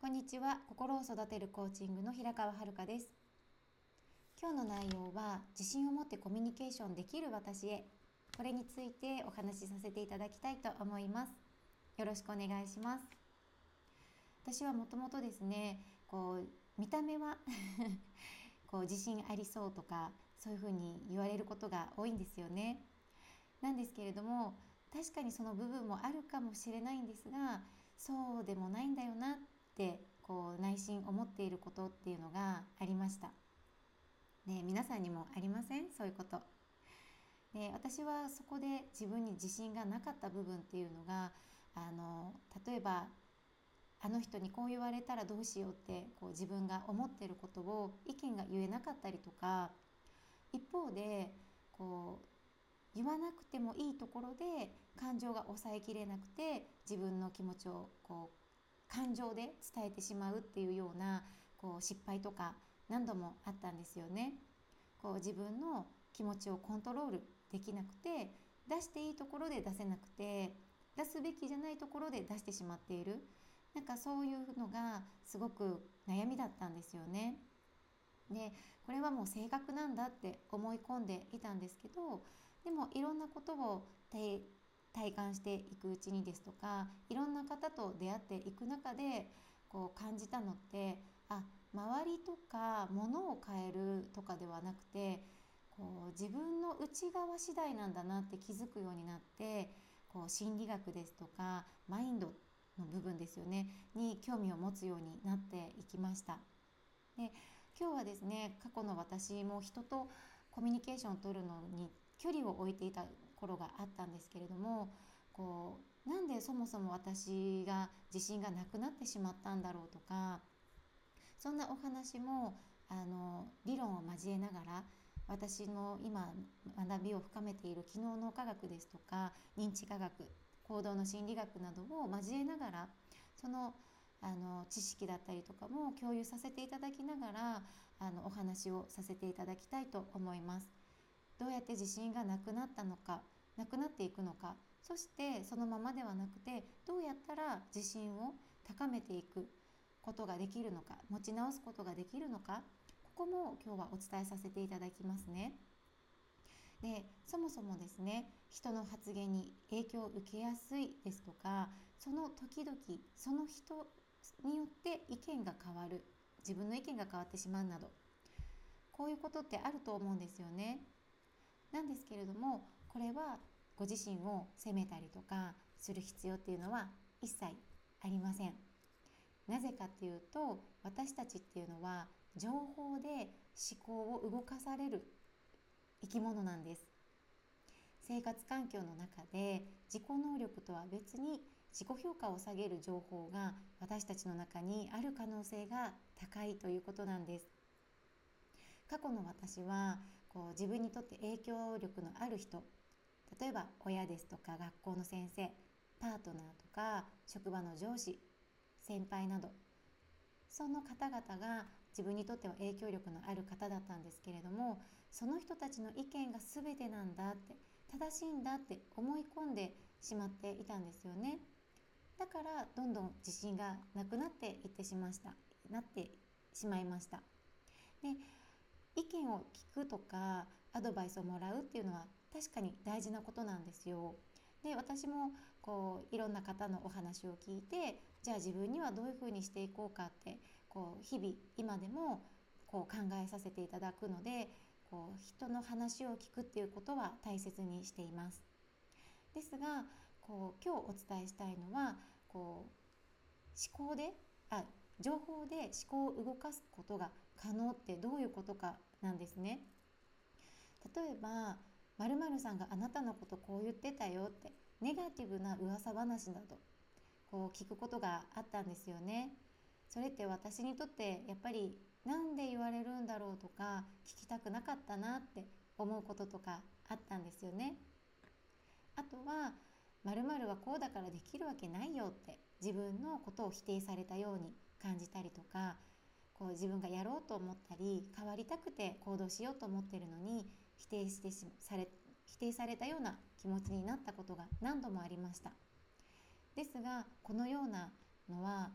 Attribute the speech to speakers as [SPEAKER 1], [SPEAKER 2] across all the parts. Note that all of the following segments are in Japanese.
[SPEAKER 1] んにちは。心を育てるコーチングの平川遥です。今日の内容は、自信を持ってコミュニケーションできる私へ、これについてお話しさせていただきたいと思います。よろしくお願いします。私はもともとですね、見た目は自信ありそうとか、そういうふうに言われることが多いんですよね。なんですけれども、確かにその部分もあるかもしれないんですが、そうでもないんだよなって内心思っていることっていうのがありました。ね、皆さんにもありません？そういうこと。で、私はそこで自分に自信がなかった部分っていうのが、例えばあの人にこう言われたらどうしようって自分が思っていることを意見が言えなかったりとか、一方で言わなくてもいいところで感情が抑えきれなくて、自分の気持ちを感情で伝えてしまうっていうような失敗とか何度もあったんですよね。自分の気持ちをコントロールできなくて、出していいところで出せなくて、出すべきじゃないところで出してしまっている、そういうのがすごく悩みだったんですよね。で、これはもう性格なんだって思い込んでいたんですけど、でもいろんなことを体感していくうちにですとか、いろんな方と出会っていく中で感じたのって、周りとか物を変えるとかではなくて、自分の内側次第なんだなって気づくようになって、心理学ですとかマインドの部分ですよねに興味を持つようになっていきました。で、今日はですね、過去の私も人とコミュニケーションを取るのに距離を置いていた頃があったんですけれども、なんでそもそも私が自信がなくなってしまったんだろうとか、そんなお話も理論を交えながら、私の今学びを深めている機能脳科学ですとか認知科学、行動の心理学などを交えながら、その知識だったりとかも共有させていただきながらお話をさせていただきたいと思います。どうやって自信がなくなったのか、なくなっていくのか、そしてそのままではなくて、どうやったら自信を高めていくことができるのか、持ち直すことができるのか、ここも今日はお伝えさせていただきますね。で、そもそもですね、人の発言に影響を受けやすいですとか、その時々その人によって意見が変わる、自分の意見が変わってしまうなど、こういうことってあると思うんですよね。なんですけれども、これはご自身を責めたりとかする必要っていうのは一切ありません。なぜかっていうと、私たちっていうのは情報で思考を動かされる生き物なんです。生活環境の中で自己能力とは別に自己評価を下げる情報が私たちの中にある可能性が高いということなんです。過去の私は自分にとって影響力のある人、例えば親ですとか学校の先生、パートナーとか職場の上司、先輩など、その方々が自分にとっては影響力のある方だったんですけれども、その人たちの意見が全てなんだって、正しいんだって思い込んでしまっていたんですよね。だからどんどん自信がなくなっていってしまいました。で、意見を聞くとかアドバイスをもらうっていうのは確かに大事なことなんですよ。で、私もいろんな方のお話を聞いて、じゃあ自分にはどういうふうにしていこうかって日々今でも考えさせていただくので、人の話を聞くっていうことは大切にしています。ですが今日お伝えしたいのは、思考で情報で思考を動かすことが可能ってどういうことかなんですね。例えば〇〇さんがあなたのことこう言ってたよってネガティブな噂話など聞くことがあったんですよね。それって私にとってやっぱりなんで言われるんだろうとか、聞きたくなかったなって思うこととかあったんですよね。あとは〇〇はこうだからできるわけないよって自分のことを否定されたように感じたりとか、自分がやろうと思ったり変わりたくて行動しようと思っているのに否定されたような気持ちになったことが何度もありました。ですがこのようなのは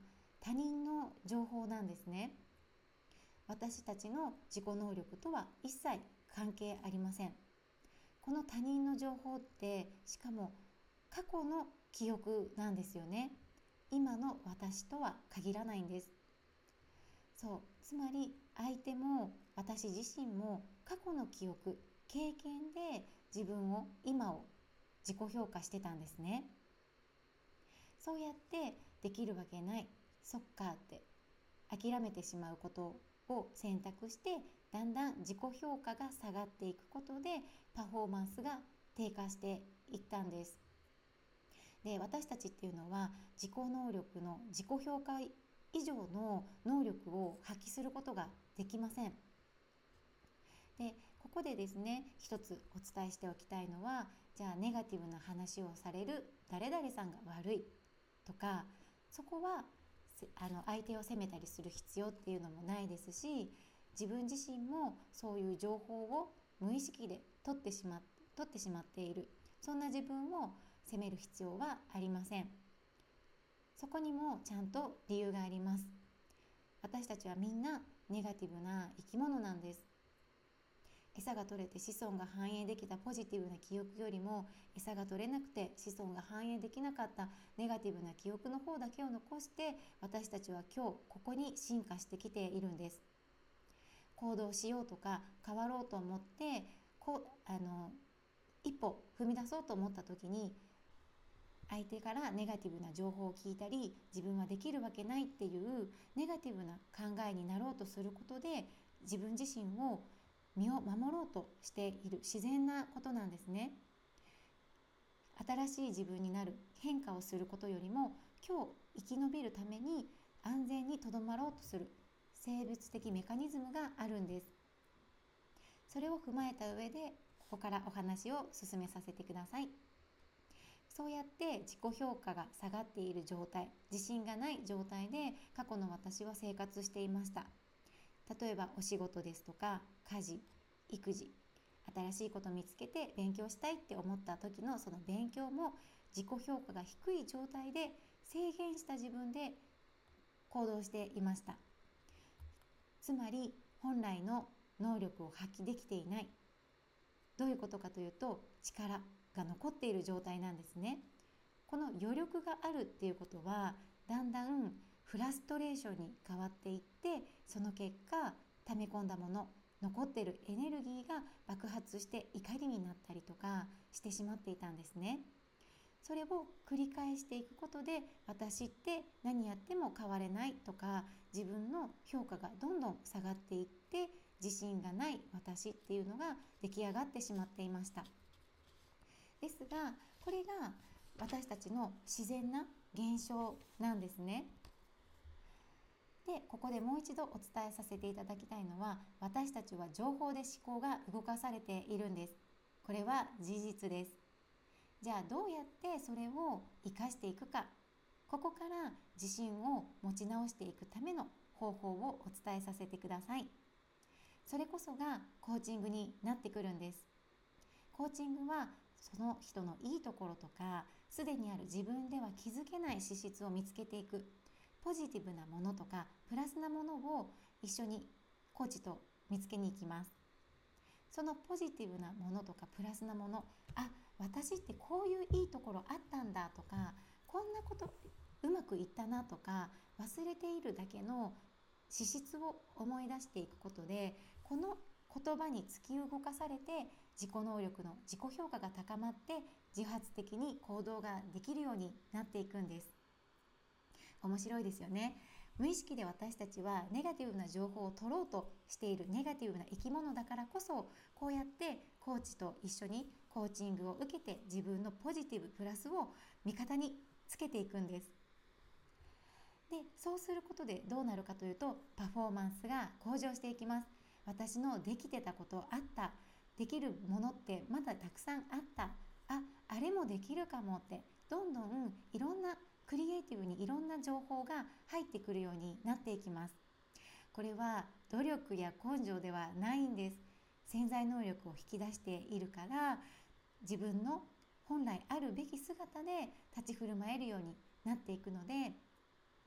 [SPEAKER 1] 他人の情報なんですね。私たちの自己能力とは一切関係ありません。この他人の情報ってしかも過去の記憶なんですよね。今の私とは限らないんです。そう、つまり相手も私自身も過去の記憶、経験で自分を今を自己評価してたんですね。そうやってできるわけない、そっかって諦めてしまうことを選択して、だんだん自己評価が下がっていくことでパフォーマンスが低下していったんです。で、私たちっていうのは自己能力の自己評価以上の能力を発揮することができません。で、ここでですね、一つお伝えしておきたいのは、じゃあネガティブな話をされる誰々さんが悪いとか、そこは相手を責めたりする必要っていうのもないですし、自分自身もそういう情報を無意識で取ってしまっている、そんな自分を責める必要はありません。そこにもちゃんと理由があります。私たちはみんなネガティブな生き物なんです。餌が取れて子孫が繁栄できたポジティブな記憶よりも、餌が取れなくて子孫が繁栄できなかったネガティブな記憶の方だけを残して、私たちは今日ここに進化してきているんです。行動しようとか変わろうと思って一歩踏み出そうと思った時に、相手からネガティブな情報を聞いたり、自分はできるわけないっていうネガティブな考えになろうとすることで、自分自身を身を守ろうとしている自然なことなんですね。新しい自分になる、変化をすることよりも、今日生き延びるために安全にとどまろうとする生物的メカニズムがあるんです。それを踏まえた上で、ここからお話を進めさせてください。そうやって自己評価が下がっている状態、自信がない状態で過去の私は生活していました。例えばお仕事ですとか家事、育児、新しいこと見つけて勉強したいって思った時のその勉強も自己評価が低い状態で制限した自分で行動していました。つまり本来の能力を発揮できていない。どういうことかというと、力が残っている状態なんですね。この余力があるっていうことは、だんだんフラストレーションに変わっていって、その結果溜め込んだもの、残っているエネルギーが爆発して怒りになったりとかしてしまっていたんですね。それを繰り返していくことで、私って何やっても変われないとか、自分の評価がどんどん下がっていって、自信がない私っていうのが出来上がってしまっていました。ですが、これが私たちの自然な現象なんですね。で、ここでもう一度お伝えさせていただきたいのは、私たちは情報で思考が動かされているんです。これは事実です。じゃあどうやってそれを生かしていくか、ここから自信を持ち直していくための方法をお伝えさせてください。それこそがコーチングになってくるんです。コーチングはその人のいいところとか、すでにある自分では気づけない資質を見つけていく、ポジティブなものとかプラスなものを一緒にコーチと見つけに行きます。そのポジティブなものとかプラスなもの、私ってこういういいところあったんだとか、こんなことうまくいったなとか、忘れているだけの資質を思い出していくことで、この言葉に突き動かされて自己能力の自己評価が高まって、自発的に行動ができるようになっていくんです。面白いですよね。無意識で私たちはネガティブな情報を取ろうとしているネガティブな生き物だからこそ、こうやってコーチと一緒にコーチングを受けて、自分のポジティブプラスを味方につけていくんです。で、そうすることでどうなるかというと、パフォーマンスが向上していきます。私のできてたことあった、できるものってまだたくさんあった、あれもできるかもって、どんどんいろんなクリエイティブにいろんな情報が入ってくるようになっていきます。これは努力や根性ではないんです。潜在能力を引き出しているから、自分の本来あるべき姿で立ち振る舞えるようになっていくので、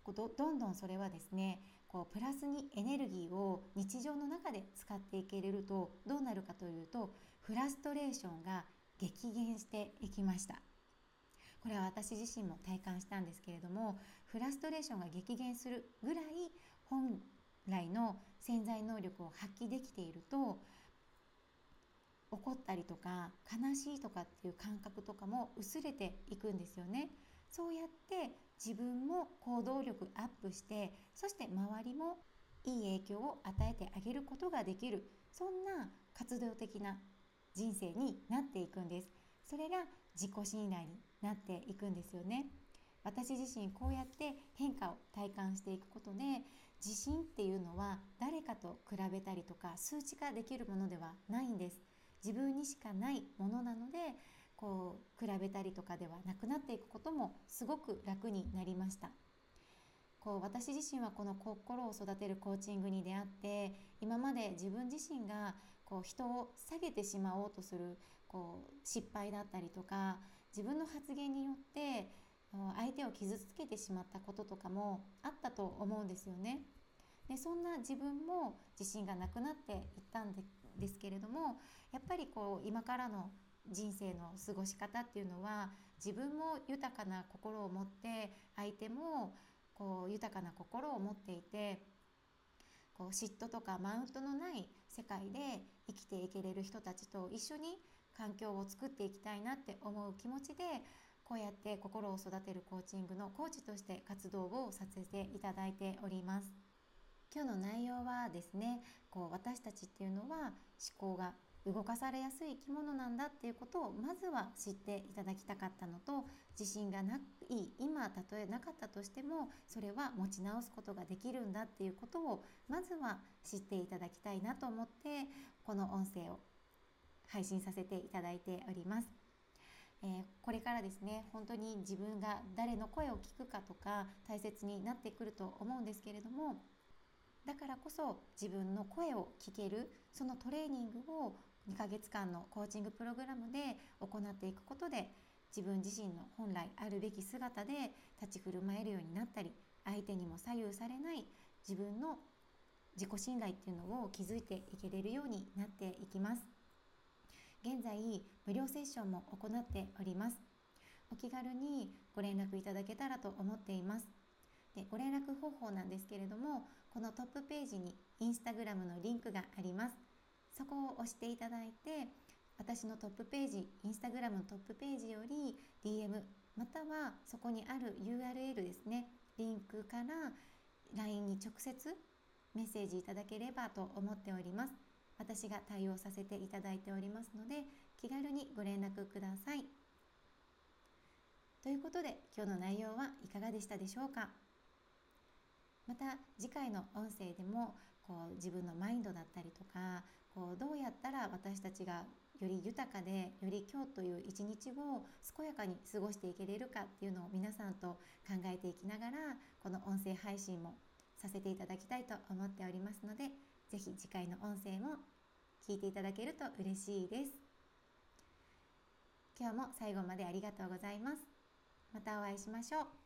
[SPEAKER 1] どんどんそれはですねプラスにエネルギーを日常の中で使っていけれるとどうなるかというと、フラストレーションが激減していきました。これは私自身も体感したんですけれども、フラストレーションが激減するぐらい本来の潜在能力を発揮できていると、怒ったりとか悲しいとかっていう感覚とかも薄れていくんですよね。そうやって自分も行動力アップして、そして周りもいい影響を与えてあげることができる、そんな活動的な人生になっていくんです。それが自己信頼になっていくんですよね。私自身こうやって変化を体感していくことで、自信っていうのは誰かと比べたりとか数値化できるものではないんです。自分にしかないものなので、比べたりとかではなくなっていくこともすごく楽になりました。私自身はこの心を育てるコーチングに出会って、今まで自分自身が人を下げてしまおうとする失敗だったりとか、自分の発言によって相手を傷つけてしまったこととかもあったと思うんですよね。でそんな自分も自信がなくなっていったんですけれども、やっぱり今からの人生の過ごし方っていうのは、自分も豊かな心を持って相手も豊かな心を持っていて、嫉妬とかマウントのない世界で生きていけれる人たちと一緒に環境を作っていきたいなって思う気持ちで、こうやって心を育てるコーチングのコーチとして活動をさせていただいております。今日の内容はですね、私たちっていうのは思考が動かされやすい生き物なんだっていうことをまずは知っていただきたかったのと、自信がない今たとえなかったとしてもそれは持ち直すことができるんだっていうことをまずは知っていただきたいなと思って、この音声を配信させていただいております。これからですね、本当に自分が誰の声を聞くかとか大切になってくると思うんですけれども、だからこそ自分の声を聞ける、そのトレーニングを2ヶ月間のコーチングプログラムで行っていくことで、自分自身の本来あるべき姿で立ち振る舞えるようになったり、相手にも左右されない自分の自己信頼っていうのを築いていけれるようになっていきます。現在無料セッションも行っております。お気軽にご連絡いただけたらと思っています。で、ご連絡方法なんですけれども、このトップページにインスタグラムのリンクがあります。そこを押していただいて、私のトップページ、インスタグラムのトップページより DM またはそこにある URL ですね、リンクから LINE に直接メッセージいただければと思っております。私が対応させていただいておりますので、気軽にご連絡ください。ということで、今日の内容はいかがでしたでしょうか。また次回の音声でも自分のマインドだったりとか、どうやったら私たちがより豊かでより今日という一日を健やかに過ごしていけれるかっていうのを皆さんと考えていきながら、この音声配信もさせていただきたいと思っておりますので、ぜひ次回の音声も聞いていただけると嬉しいです。今日も最後までありがとうございます。またお会いしましょう。